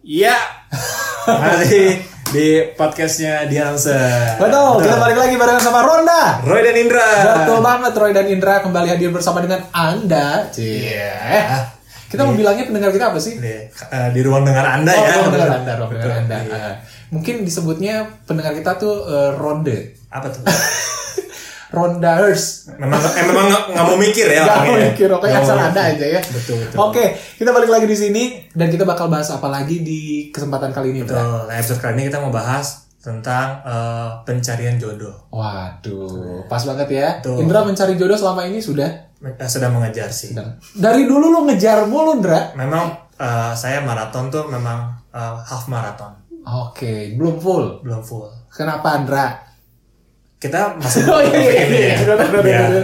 Iya. Masih di podcastnya Dianse. Betul, kita balik lagi barengan sama Ronda, Roy dan Indra. Betul banget, Roy dan Indra kembali hadir bersama dengan Anda. Iya. Kita mau bilangnya pendengar kita apa sih? Di ruang dengar Anda ya. Ruang dengar Anda, ruang dengar Anda. Iya. Mungkin disebutnya pendengar kita tuh ronde. Apa tuh? Rondahers. Memang nggak mau mikir ya. Gak mau mikir, oke asal ada aja ya. Betul. Oke, kita balik lagi di sini dan kita bakal bahas apa lagi di kesempatan kali ini, Indra? Betul. Episode kali ini kita mau bahas tentang pencarian jodoh. Waduh, pas banget ya. Betul. Indra mencari jodoh selama ini Sedang mengejar sih. Dari dulu lo ngejar mulu, Indra. Memang saya maraton tuh memang half marathon. Oke, belum full. Belum full. Kenapa, Indra? Kita masih Oh iya. Benar.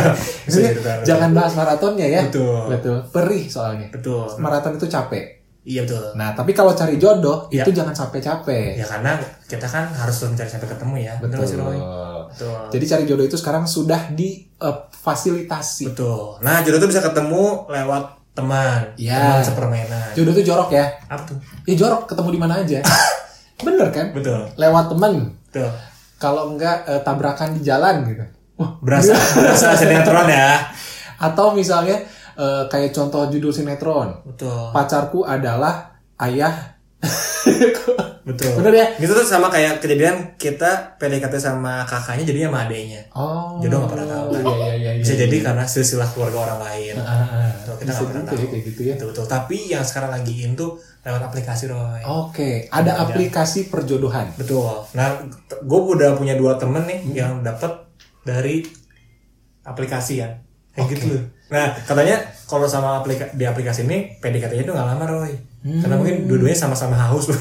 Jangan bahas maratonnya ya. Betul. Perih soalnya. Betul. Maraton itu capek. Iya betul. Nah, tapi kalau cari jodoh Iya. itu jangan sampai capek. Ya karena kita kan harus mencari sampai ketemu ya. Betul nggak sih, Roy? Betul. Jadi cari jodoh itu sekarang sudah difasilitasi. Betul. Nah, jodoh itu bisa ketemu lewat teman, Ya. teman sepermainan. Jodoh itu jorok ya. Apa tuh? Ya jorok, ketemu di mana aja. Bener kan? Betul. Lewat temen. Betul. Kalau enggak tabrakan di jalan gitu. Wah, Berasa sinetron ya. Atau misalnya kayak contoh judul sinetron. Betul. Pacarku adalah ayah. Betul. Bener ya? Gitu tuh sama kayak kejadian kita PDKT sama kakaknya jadinya sama adeknya. Oh. Jodoh nggak pernah tahu. Iya. Bisa jadi karena silsilah keluarga orang lain. Tuh, kita Bisa nggak pernah gitu tahu. ya, kayak gitu ya. Betul. Tapi yang sekarang lagi in tuh lewat aplikasi, Roy. Oke, ada aplikasi perjodohan. Betul. Nah, gue udah punya 2 temen nih yang dapet dari aplikasi ya. Kayak gitu loh. Nah, katanya kalau sama di aplikasi ini PDKT-nya itu nggak lama, Roy. Karena mungkin dua-duanya sama-sama haus.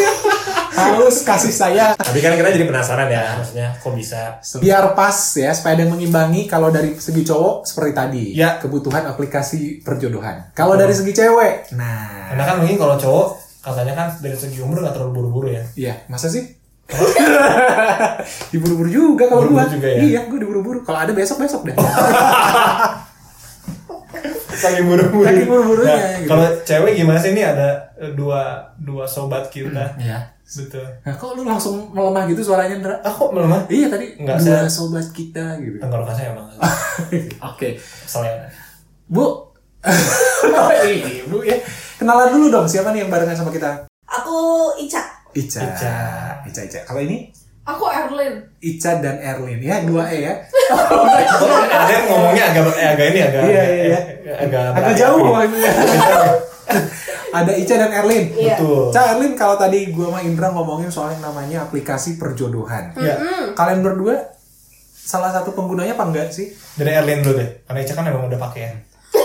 Haus kasih sayang. Tapi kan kita jadi penasaran ya, maksudnya kok bisa. Biar pas ya, supaya ada yang mengimbangi. Kalau dari segi cowok seperti tadi, Ya. kebutuhan aplikasi perjodohan. Kalau dari segi cewek, nah, Karena kan mungkin kalau cowok katanya kan dari segi umur nggak terlalu buru-buru ya. iya, masa sih? Diburu-buru juga kalau gua. Buru-buru juga ya? Iya, gua diburu-buru. Kalau ada besok deh. Saking buru-buru. Saking buru-burunya, Nah, gitu. kalau cewek gimana sih, ini ada dua sobat kita. Iya. Betul. Nah, kok lu langsung melemah gitu suaranya, Ndra? Aku melemah. Iya tadi. Enggak, dua saya- sobat kita gitu. Tenggorokan emang. Oke. Kesel ya. Bu. Ini Bu ya. Kenalan dulu dong, siapa nih yang barengan sama kita? Aku Ica. Ica. Kalau ini Aku Erlin. Ica dan Erlin ya, 2 E ya. Ada yang ngomongnya agak ini agak Iya. Agak jauh ngomongnya. Ada Ica dan Erlin. Iya. Betul. Ca, Erlin, kalau tadi gua sama Indra ngomongin soal yang namanya aplikasi perjodohan. Ya. Kalian berdua salah satu penggunanya apa enggak sih? Dari Erlin dulu deh. Karena Ica kan emang udah pakai ya.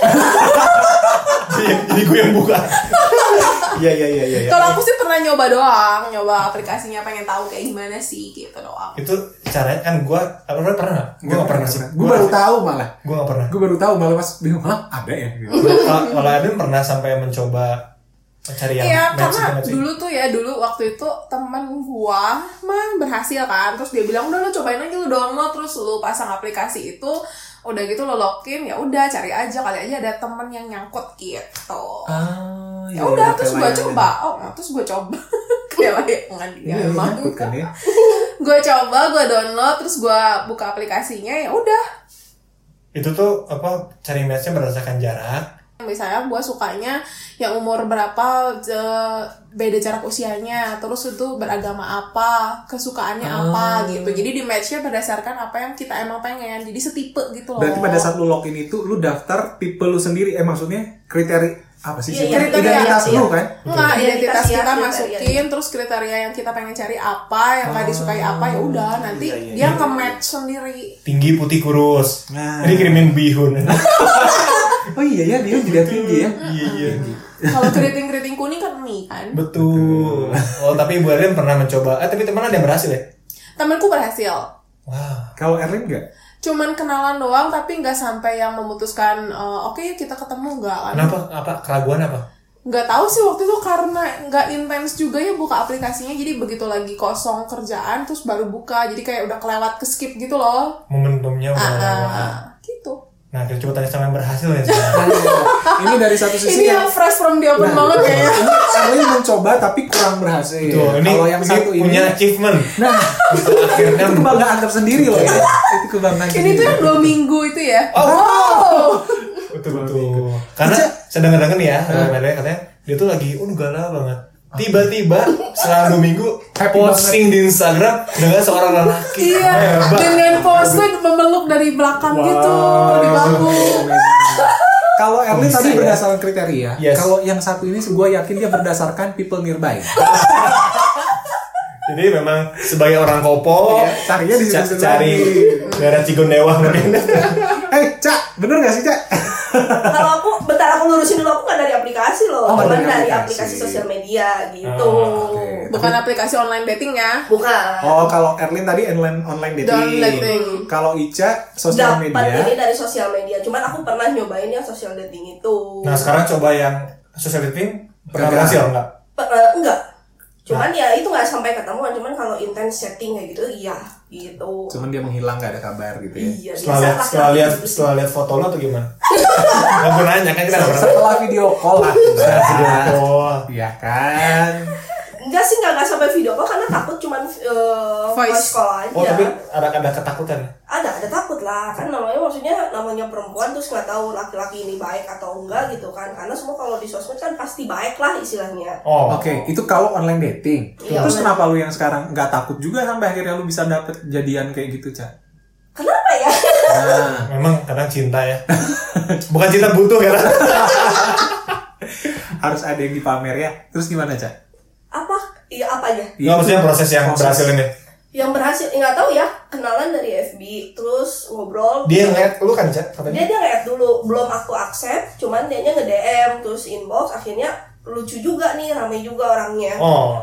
Jadi gue yang buka. Iya. Kalau aku sih pernah nyoba aplikasinya, pengen tahu kayak gimana sih gitu doang. Itu caranya kan gue pernah nggak? Gue nggak pernah sih. Gue baru tahu malah. Gue nggak pernah. Gue baru tahu malah pas bingung, hah ada ya? Gitu. Kalau Erlin pernah sampai mencoba mencari yang Iya, match karena banget sih. dulu waktu itu temen gua mah berhasil kan, terus dia bilang udah lu cobain aja, lu download terus lu pasang aplikasi itu, udah gitu lo login, ya udah cari aja, kali aja ada temen yang nyangkut gitu. Ya udah terus gua coba, terus gua coba kayak layangan dia Iya, emang. nyangkut kan ya. Gua coba, gua download, terus gua buka aplikasinya, ya udah. Itu tuh apa, cari matchnya berdasarkan jarak. Misalnya gue sukanya yang umur berapa, beda jarak usianya, terus itu beragama apa, kesukaannya apa gitu. Jadi di matchnya berdasarkan apa yang kita emang pengen. Jadi setipe gitu loh. Berarti pada saat lu login itu lu daftar tipe lu sendiri, maksudnya kriteria apa sih? Iya, Kriteria identitas iya. lu kan? Enggak, identitas Identitas ya, kita kriteria. masukin, terus kriteria yang kita pengen cari apa, yang nggak disukai apa, ya udah nanti Iya. dia nge-match sendiri. Tinggi, putih, kurus. Nah. Jadi kirimin bihun. Oh iya ya, dia juga tinggi ya. Iya. Kalau keriting kuning kan mie kan. Betul. Oh, tapi Bu Erlin pernah mencoba. Tapi teman ada yang berhasil ya? Temenku berhasil. Wah. Kalau Erlin enggak? Cuman kenalan doang, tapi nggak sampai yang memutuskan oke kita ketemu, nggak kan. Kenapa? Apa keraguan apa? Nggak tahu sih waktu itu, karena nggak intens juga ya buka aplikasinya, jadi begitu lagi kosong kerjaan terus baru buka, jadi kayak udah kelewat ke skip gitu loh. Momentumnya udah lewat. Gitu. Nah, kita coba tanya sama yang berhasil ya. Ini dari satu sisi Ini yang fresh from the oven banget kayaknya. ini Erlin mencoba tapi kurang berhasil. Tuh, ini Kalau yang satu ini punya achievement. nah, Akhirnya itu kebanggaan tersendiri loh ya. Itu kebanggaan. Ini tuh yang 2 minggu itu ya. Betul. Karena saya dengar-dengar nih ya, katanya dia tuh lagi galau banget. Tiba-tiba setelah 2 minggu posting di Instagram dengan seorang lelaki. Iya, Hebat. dengan pose memeluk dari belakang gitu di bahu. Kalau Erlin Bisa tadi ya? berdasarkan kriteria, Yes. kalau yang satu ini gue yakin dia berdasarkan people nearby. Jadi memang sebagai orang kopo, Iya, carinya di situ-situ cari lagi. daerah Cigondewa mungkin. Cak, bener gak sih Cak? Kalau aku, bentar aku lurusin dulu, aku nggak dari aplikasi loh, Oh, cuman dari dari aplikasi. aplikasi sosial media gitu. oke. Bukan aplikasi online dating ya. Bukan. Oh, kalau Erlin tadi online dating. Online dating. Kalau Ica sosial Dapat media. ini dari sosial media, cuman aku pernah nyobain yang sosial dating itu. Nah sekarang coba yang social dating pernah Gagal. berhasil enggak? Enggak. Cuman ya itu nggak sampai ketemuan, cuman kalau intens setting kayak gitu, iya gitu. Cuman dia menghilang gak ada kabar gitu ya. Iya. Setelah lihat foto lo atau gimana? Nggak mau nanya kan kita nggak pernah. Setelah video call lah. Oh, Iya kan. Enggak sih, enggak sampai video call karena takut cuman voice call aja. oh tapi ada ketakutan. Ada takut lah kan, namanya perempuan terus nggak tahu laki-laki ini baik atau enggak gitu kan, karena semua kalau di sosmed kan pasti baik lah istilahnya. Oh, Oke, itu kalau online dating. Iya, Terus bener. kenapa lu yang sekarang nggak takut juga sampai akhirnya lu bisa dapet jadian kayak gitu, Cak? Kenapa ya? Nah, memang kadang cinta ya. Bukan cinta butuh ya. harus ada yang dipamer ya. Terus gimana, Cak? Apa? Iya apanya? Nggak maksudnya proses yang berhasil ini. Yang berhasil nggak tahu ya, kenalan dari FB terus ngobrol. Dia ngeliat lu kan Cak katanya. Dia nge-add dulu, belum aku accept, cuman dianya nge-DM terus inbox, akhirnya lucu juga nih, rame juga orangnya. Oh.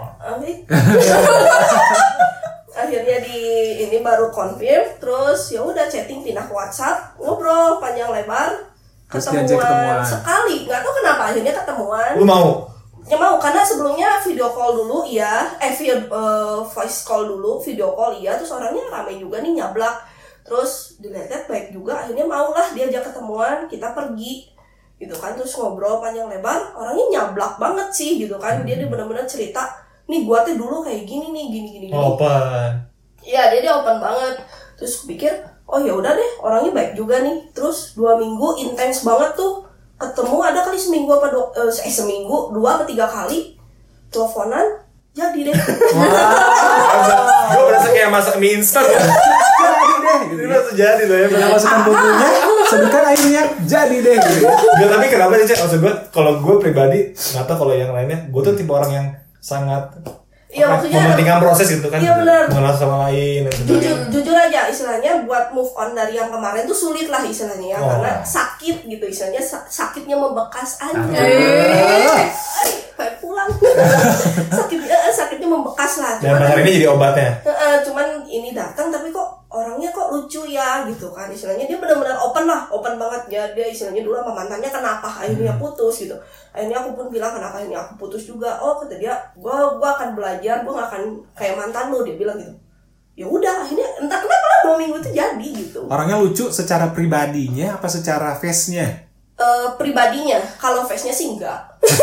Akhirnya ini baru confirm, terus ya udah chatting pindah ke WhatsApp, ngobrol panjang lebar, Terus diajak ketemuan. sekali, nggak tahu kenapa akhirnya ketemuan. Lu mau? Ya mau, karena sebelumnya video call dulu iya, voice call dulu, video call iya, terus orangnya rame juga nih, nyablak. Terus dilihat baik juga, akhirnya maulah diajak ketemuan, kita pergi gitu kan, terus ngobrol panjang lebar, orangnya nyablak banget sih gitu kan. Dia benar-benar cerita, nih gua tuh dulu kayak gini nih, gini. Open. Iya, dia open banget. Terus pikir, oh ya udah deh, orangnya baik juga nih. Terus 2 minggu intens banget tuh. Ketemu ada kali seminggu apa seminggu 2 atau 3 kali teleponan, jadi deh. Gue berasa kayak masak mie instan ya. Jadi deh gitu. Itu langsung jadi loh ya. Udah masukkan bumbunya, sedangkan airnya jadi deh gitu. Gak, tapi kenapa sih Cak? Maksud gue, kalau gue pribadi nggak tahu kalau yang lainnya, gue tuh tipe orang yang sangat Iya, maksudnya mementingkan proses gitu kan. Iya, benar. Mengenal sama lain dan sebagainya. jujur aja istilahnya buat move on dari yang kemarin tuh sulit lah istilahnya ya, Oh. karena sakit gitu istilahnya, sakitnya membekas aja. Pengen pulang. sakitnya membekas lah. Dan pada hari ini jadi obatnya. Cuman ini datang tapi kok orangnya kok lucu ya gitu kan, istilahnya dia benar-benar open banget ya, dia istilahnya dulu sama mantannya kenapa akhirnya putus gitu. Akhirnya aku pun bilang kenapa akhirnya aku putus juga. Oh kata dia, gua akan belajar, gua gak akan kayak mantan lu, dia bilang gitu. Ya udah akhirnya entah kenapa lah 2 minggu itu jadi gitu. Orangnya lucu secara pribadinya apa secara face-nya? Pribadinya, kalau face-nya sih enggak.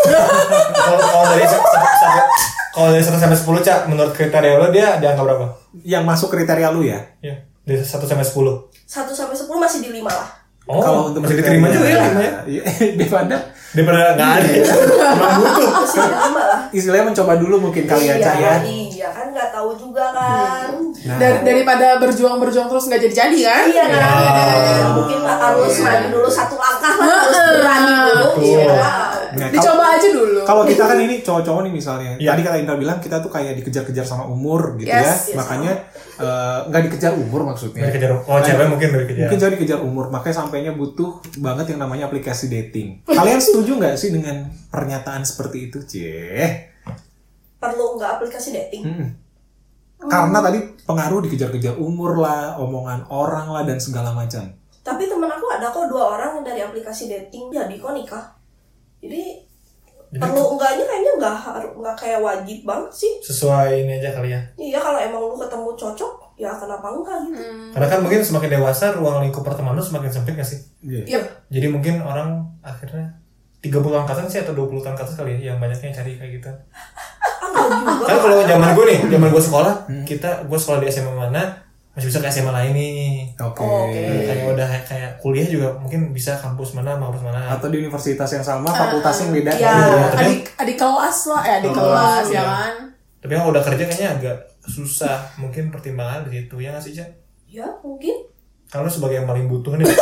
Kalau dari 1 sampai 10 Cak, menurut kriteria lo dia dianggap berapa? Yang masuk kriteria lu ya? Iya, dari 1 sampai 10. 1 sampai 10 masih di 5 lah. Oh, Kalau untuk masih diterima juga ya. Iya, daripada Daripada nggak ada. Emang butuh. Masih di 5 lah. istilahnya mencoba dulu mungkin kali ya, Cak ya. Iya kan nggak tahu juga kan. Nah, Daripada berjuang terus nggak jadi kan? Iya kan. Mungkin harus maju dulu 1 langkah lah, harus berani dulu. Betul. Iya. nah, Dicoba aja dulu. Kalau kita kan ini cowok-cowok nih misalnya, Iya. tadi kata Indra bilang kita tuh kayak dikejar-kejar sama umur gitu Yes, ya, makanya nggak dikejar umur maksudnya. Dari kejar. Oh, cewek mungkin dari kejar. Mungkin cewek dikejar umur, makanya sampainya butuh banget yang namanya aplikasi dating. Kalian setuju nggak sih dengan pernyataan seperti itu, Ceh? Perlu nggak aplikasi dating? Karena tadi pengaruh dikejar-kejar umur lah, omongan orang lah dan segala macam. Tapi temen aku ada kok 2 orang yang dari aplikasi dating jadi kok nikah. Jadi perlu enggaknya kayaknya nggak kayak wajib banget sih. Sesuai ini aja kali ya. Iya kalau emang lu ketemu cocok ya kenapa enggak gitu. Karena kan mungkin semakin dewasa ruang lingkup pertemanan semakin sempit gak sih? Iya. Yep. Jadi mungkin orang akhirnya 30 tahun ke atas sih atau 20 tahun ke atas kali ya yang banyaknya cari kayak gitu. Enggak juga. Kan kalau zaman gue nih, zaman gue sekolah, gue sekolah di SMA mana masih bisa ke SMA lain nih. Oke. Kayak udah kayak kuliah juga mungkin bisa kampus mana sama kampus mana. Atau di universitas yang sama, fakultas yang beda. Ya, tapi- adik kelas lah, adik kelas ya iya. kan. Tapi kalau udah kerja kayaknya agak susah. Mungkin pertimbangan di situ ya nggak sih, Cak? Ya mungkin. Kalau sebagai yang paling butuh nih.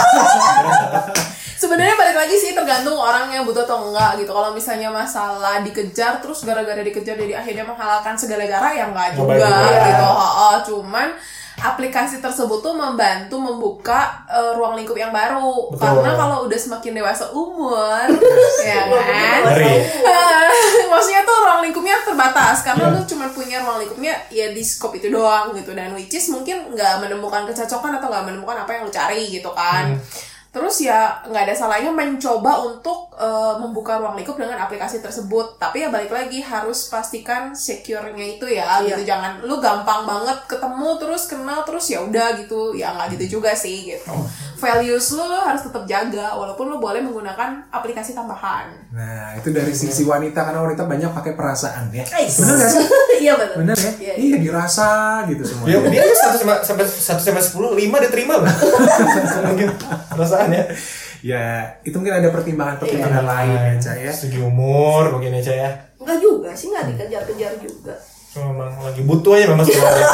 Sebenarnya balik lagi sih tergantung orangnya butuh atau enggak gitu. Kalau misalnya masalah dikejar terus gara-gara dikejar jadi akhirnya menghalalkan segala-gara ya enggak juga gitu. Cuman aplikasi tersebut tuh membantu membuka ruang lingkup yang baru. Betul. Karena kalau udah semakin dewasa umur ya kan. Ngeri. Maksudnya tuh ruang lingkupnya terbatas karena lu cuma punya ruang lingkupnya ya di scope itu doang gitu, dan which is mungkin nggak menemukan kecocokan atau nggak menemukan apa yang lu cari gitu kan. Terus ya nggak ada salahnya mencoba untuk membuka ruang lingkup dengan aplikasi tersebut. Tapi ya balik lagi harus pastikan secure-nya itu ya gitu. Jangan lu gampang banget ketemu terus kenal terus ya udah gitu. Ya nggak gitu juga sih gitu. Values lu harus tetap jaga walaupun lu boleh menggunakan aplikasi tambahan. Nah, itu dari sisi wanita, karena wanita banyak pakai perasaan ya. Guys. Bener gak sih? Iya benar. Bener ya? Iya, Iya, dirasa gitu semua. Dia 1 sampai 10, 5 diterima loh. Mungkin perasaan ya. Ya, itu mungkin ada pertimbangan-pertimbangan lain ya, Ca ya. Segi umur mungkin aja ya. Enggak juga sih, enggak dikejar-kejar juga. Cuma memang lagi butuh aja memang sebenarnya.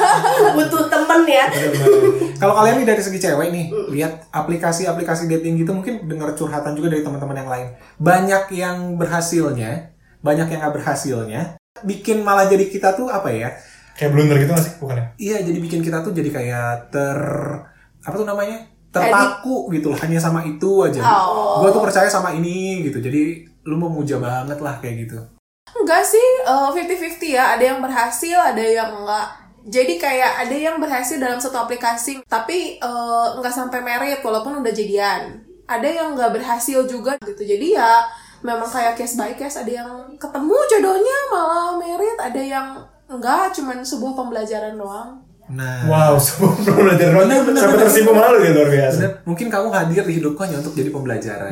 Butuh temen ya. Kalau kalian nih dari segi cewek nih, lihat aplikasi-aplikasi dating gitu, mungkin dengar curhatan juga dari teman-teman yang lain. Banyak yang berhasilnya, banyak yang gak berhasilnya. Bikin malah jadi kita tuh apa ya? Kayak blunder gitu gak sih? Bukan ya? Iya, jadi bikin kita tuh jadi kayak apa tuh namanya? Terpaku gitu loh, hanya sama itu aja. Gue tuh percaya sama ini gitu. Jadi lu mau muja banget lah kayak gitu. Enggak sih, 50-50 ya. Ada yang berhasil, ada yang enggak. Jadi kayak ada yang berhasil dalam satu aplikasi, tapi enggak sampai married walaupun udah jadian. Ada yang enggak berhasil juga gitu. Jadi ya memang kayak case by case. Ada yang ketemu jodohnya malah married, ada yang enggak, cuman sebuah pembelajaran doang. Nah, Wow, sebuah pembelajaran Bener, sampai tersipu malu ya, luar biasa. bener. Mungkin kamu hadir di hidupku hanya untuk jadi pembelajaran.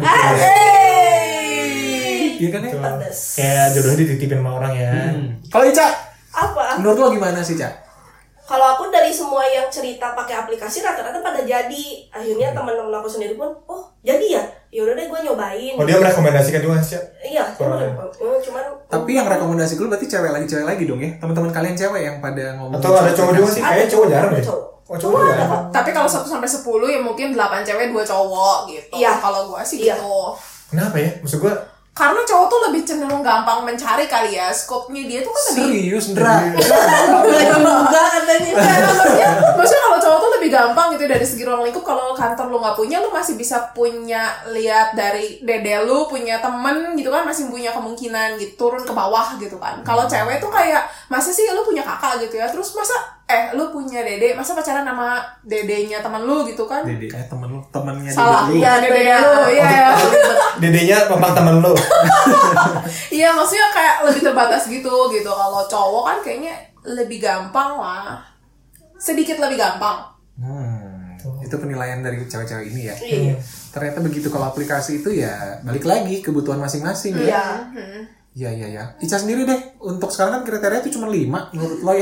Iya kan ya? Kayak jodohnya dititipin sama orang ya. Kalau Ica, Apa? menurut lo gimana sih, Ca? Kalau aku dari semua yang cerita pakai aplikasi rata-rata pada jadi. Akhirnya teman-teman aku sendiri pun, oh jadi ya? Ya udah deh gue nyobain. Oh, dia merekomendasikan juga sih. Iya, cuman Tapi yang rekomendasi gue berarti cewek lagi dong ya? Teman-teman kalian cewek yang pada ngomong. Atau ada cowok juga sih? Kayaknya cowok jarang ada deh. cowok. Oh, cowok juga jarang. Tapi kalau 1 sampai 10 ya mungkin 8 cewek 2 cowok gitu. Iya. Kalau gua sih Iya. gitu. Kenapa ya? Maksud gue Karena cowok tuh lebih cenderung gampang mencari kali ya. Scope-nya dia tuh kan lebih Serius, Ndra? juga katanya. maksudnya kalau cowok tuh lebih gampang gitu dari segi ruang lingkup. Kalau kantor lu nggak punya, lu masih bisa punya lihat dari dede lu, punya temen gitu kan, masih punya kemungkinan gitu turun ke bawah gitu kan. Kalau cewek tuh kayak masa sih lu punya kakak gitu ya, terus masa lu punya dede, masa pacaran sama dedenya temen lu gitu kan? Dede, temen lu, temennya Salah, Dede lu. iya dede lu, iya. dedenya papa temen lo. Iya, maksudnya kayak lebih terbatas gitu. Kalau cowok kan kayaknya lebih gampang lah. Sedikit lebih gampang. Itu penilaian dari cewek-cewek ini ya. Iya. Ternyata begitu, kalau aplikasi itu ya balik lagi kebutuhan masing-masing ya. Iya. Iya. Ica sendiri deh, untuk sekarang kan kriteria itu cuma 5 menurut lo ya.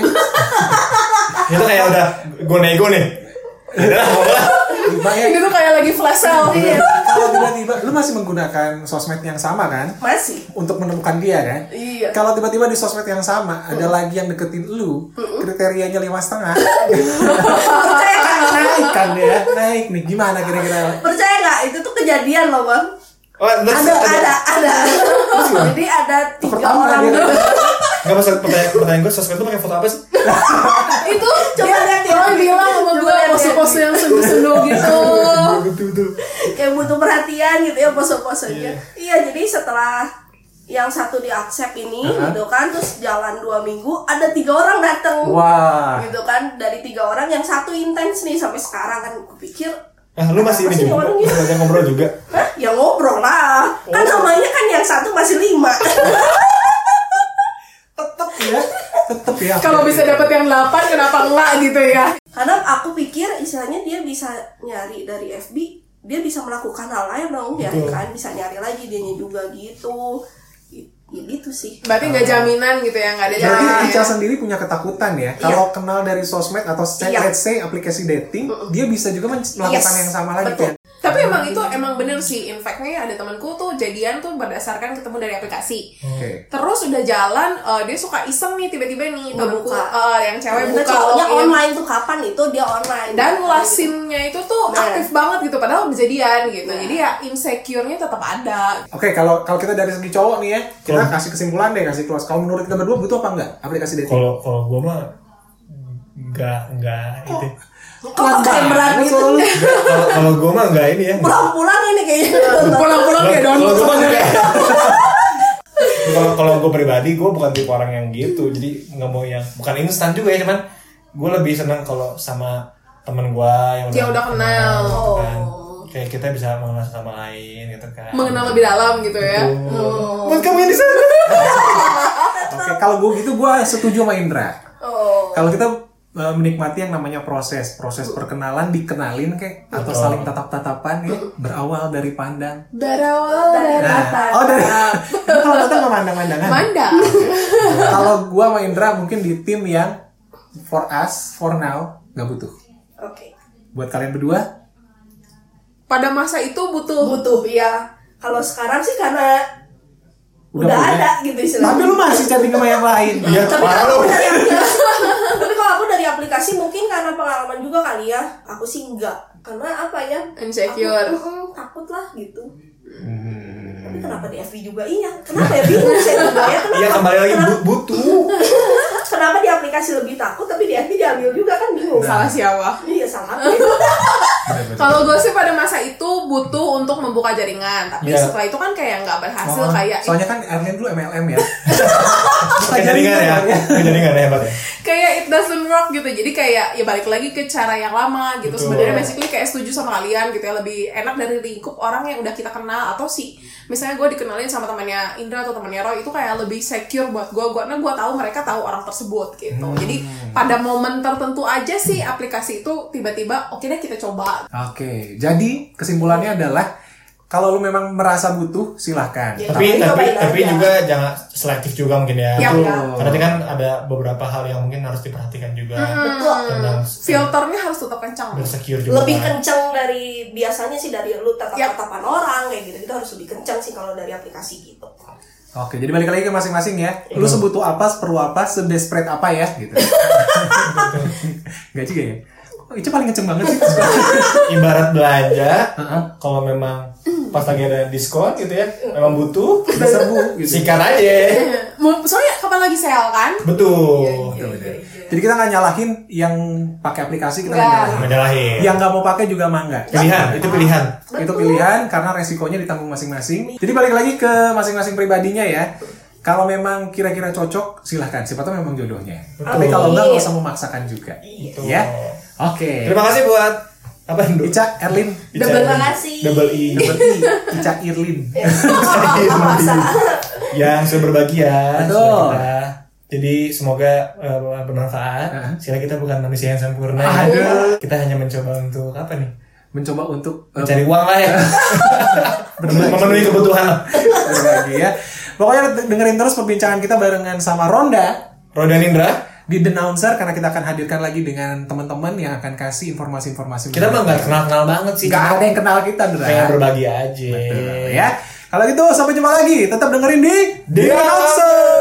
Itu kayak udah gue nego nih. Udah, lah. 5 ya. Ini tuh kayak lagi flash sale. Kalau tiba-tiba lu masih menggunakan sosmed yang sama kan Masih. untuk menemukan dia kan. Iya. Kalau tiba-tiba di sosmed yang sama ada lagi yang deketin lu, kriterianya 5,5. Percaya nggak? Naik kan ya, naik nih. Gimana kira-kira? Percaya nggak? Itu tuh kejadian loh bang. Oh, Ada. Jadi ada 3 Pertama orang. dia Enggak masalah pertanyaan gue, sosmed tuh pakai foto apa sih? Itu Coba lihat ya. orang bilang sama gue Coba lihat ya. pose-pose yang sendu-sendu gitu. Betul. Kayak butuh perhatian gitu ya pose-posenya. Iya, jadi setelah yang satu di accept ini gitu kan, terus jalan 2 minggu ada 3 orang datang. Wah. Gitu kan, dari 3 orang yang satu intens nih sampai sekarang kan kupikir Lu masih ini Apa sih juga? orang gitu? Masih ngajak ngobrol juga? hah, ya ngobrol lah. Kan namanya kan yang satu masih 5. Tetep ya. Tetep ya. Kalau bisa dapat yang 8 kenapa enggak gitu ya? Karena aku pikir istilahnya dia bisa nyari dari FB, dia bisa melakukan hal lain dong ya kan, bisa nyari lagi dianya juga gitu. Ya gitu sih. Berarti nggak jaminan gitu ya, nggak ada Berarti jaminan. Ica sendiri punya ketakutan ya, kalau kenal dari sosmed atau let's say aplikasi dating, dia bisa juga melakukan yang sama lagi betul. kan? Tapi emang bener sih. In fact-nya ada temanku tuh jadian tuh berdasarkan ketemu dari aplikasi. Oke. Terus udah jalan, dia suka iseng nih tiba-tiba nih temanku yang cewek Ternyata buka cowoknya login. online tuh kapan itu dia online. Dan gitu. lasimnya itu tuh aktif banget gitu, padahal udah jadian gitu. Jadi ya insecure-nya tetap ada. Oke, kalau kita dari segi cowok nih ya, kita kasih kesimpulan deh, kasih close. Kalau menurut kita berdua butuh apa enggak aplikasi dating? Kalau gue mah enggak itu. Kok kayak berat gitu. Kalau gue mah enggak ini ya. Pulang-pulang ini kayaknya. Pulang-pulang kayak Kalau download gue mah semuanya. enggak. Kalau gue pribadi, gue bukan tipe orang yang gitu. Jadi nggak mau yang bukan instan juga ya, cuman gue lebih senang kalau sama temen gue yang udah kenal. gitu kan. Kayak kita bisa mengenal sama lain gitu kan. Mengenal lebih dalam gitu ya. Buat kamu yang di sana. Oke, kalau gue gitu gue setuju sama Indra. Oh. Kalau kita menikmati yang namanya proses perkenalan, dikenalin kayak atau saling tatap-tatapan ya, berawal dari pandang. Berawal dari Kalau tatap memandang-mandangan. Mandang. Kalau gue sama Indra mungkin di tim yang for us, for now nggak butuh. Oke. Buat kalian berdua, Pada masa itu butuh. Butuh ya. Kalau sekarang sih karena udah punya. ada gitu istilahnya. Tapi lu masih chatting sama yang lain. Iya, Tapi parah kalau lu. dari tapi kalau aku dari aplikasi mungkin karena pengalaman juga kali ya. Aku sih enggak. Karena apa ya? Insecure. Aku, takut lah gitu. Tapi kenapa di FB juga iya? Kenapa ya bingung saya juga ya? Kenapa? Iya, kembali lagi butuh. Kenapa di aplikasi lebih takut tapi di FB diambil juga kan bingung. Salah siapa? Iya salah aku. Kalau gue sih pada masa itu butuh untuk membuka jaringan, tapi Iya. setelah itu kan kayak nggak berhasil kayak Soalnya kan Erlin dulu MLM ya. Pakai jaringan ya. Pakai jaringan hebat ya. kayak it doesn't work gitu. Jadi kayak ya balik lagi ke cara yang lama gitu. Betul. Sebenarnya basically kayak setuju sama kalian gitu ya, lebih enak dari lingkup orang yang udah kita kenal atau sih misalnya gue dikenalin sama temannya Indra atau temannya Roy, itu kayak lebih secure buat gue karena gue tahu mereka tahu orang tersebut gitu. Jadi pada momen tertentu aja sih aplikasi itu tiba-tiba oke deh kita coba. Oke, jadi kesimpulannya adalah kalau lu memang merasa butuh, silahkan. Ya. Tapi Cobain tapi aja. juga jangan selektif juga mungkin ya. Iya, iya. Karena kan ada beberapa hal yang mungkin harus diperhatikan juga. Betul. Tentang Filternya harus tetap kencang. bersecure juga. Lebih kan. kenceng dari biasanya sih dari lu tatap-tatapan orang kayak gitu. Kita harus lebih kenceng sih kalau dari aplikasi gitu. Oke, jadi balik lagi ke masing-masing ya. Lu sebutuh apa, seperlu apa, sedesperate apa ya, gitu. Gak juga ya? Oh, Ica paling kenceng banget sih. Ibarat belanja, Heeh. kalau memang pas lagi ada diskon gitu ya, memang butuh, Diserbu gitu. sikat aja. Soalnya kapan lagi sale kan? Betul. Jadi kita nggak nyalahin yang pakai aplikasi, kita nggak Nggak. nyalahin. Menjalahin. Yang nggak mau pakai juga mah nggak. Pilihan, itu pilihan. Itu pilihan karena resikonya ditanggung masing-masing. Jadi balik lagi ke masing-masing pribadinya ya. Kalau memang kira-kira cocok, silahkan. Siapa tahu memang jodohnya. Tapi kalau nggak usah memaksakan juga. Betul. Ya. Oke. Terima kasih buat apa dulu? Ica Erlin. Terima kasih. Double I. Double I. Ica Irlin. Masa. Yang sudah berbagi ya. Betul. sudah kita. Jadi semoga bermanfaat. Sila kita bukan manusia yang sempurna. Aduh. Kita hanya mencoba untuk apa nih? Mencoba untuk Mencari uang lah ya. Memenuhi kebutuhan lah. berbagi ya. Pokoknya dengerin terus perbincangan kita barengan sama Ronda Rodan Indra. di The Announcer, karena kita akan hadirkan lagi dengan teman-teman yang akan kasih informasi-informasi. Kita mah nggak kenal-kenal banget sih. Nggak ada yang kenal kita, Dra. Pengen berbagi aja. Betul, ya. Kalau gitu sampai jumpa lagi. Tetap dengerin di The The Announcer.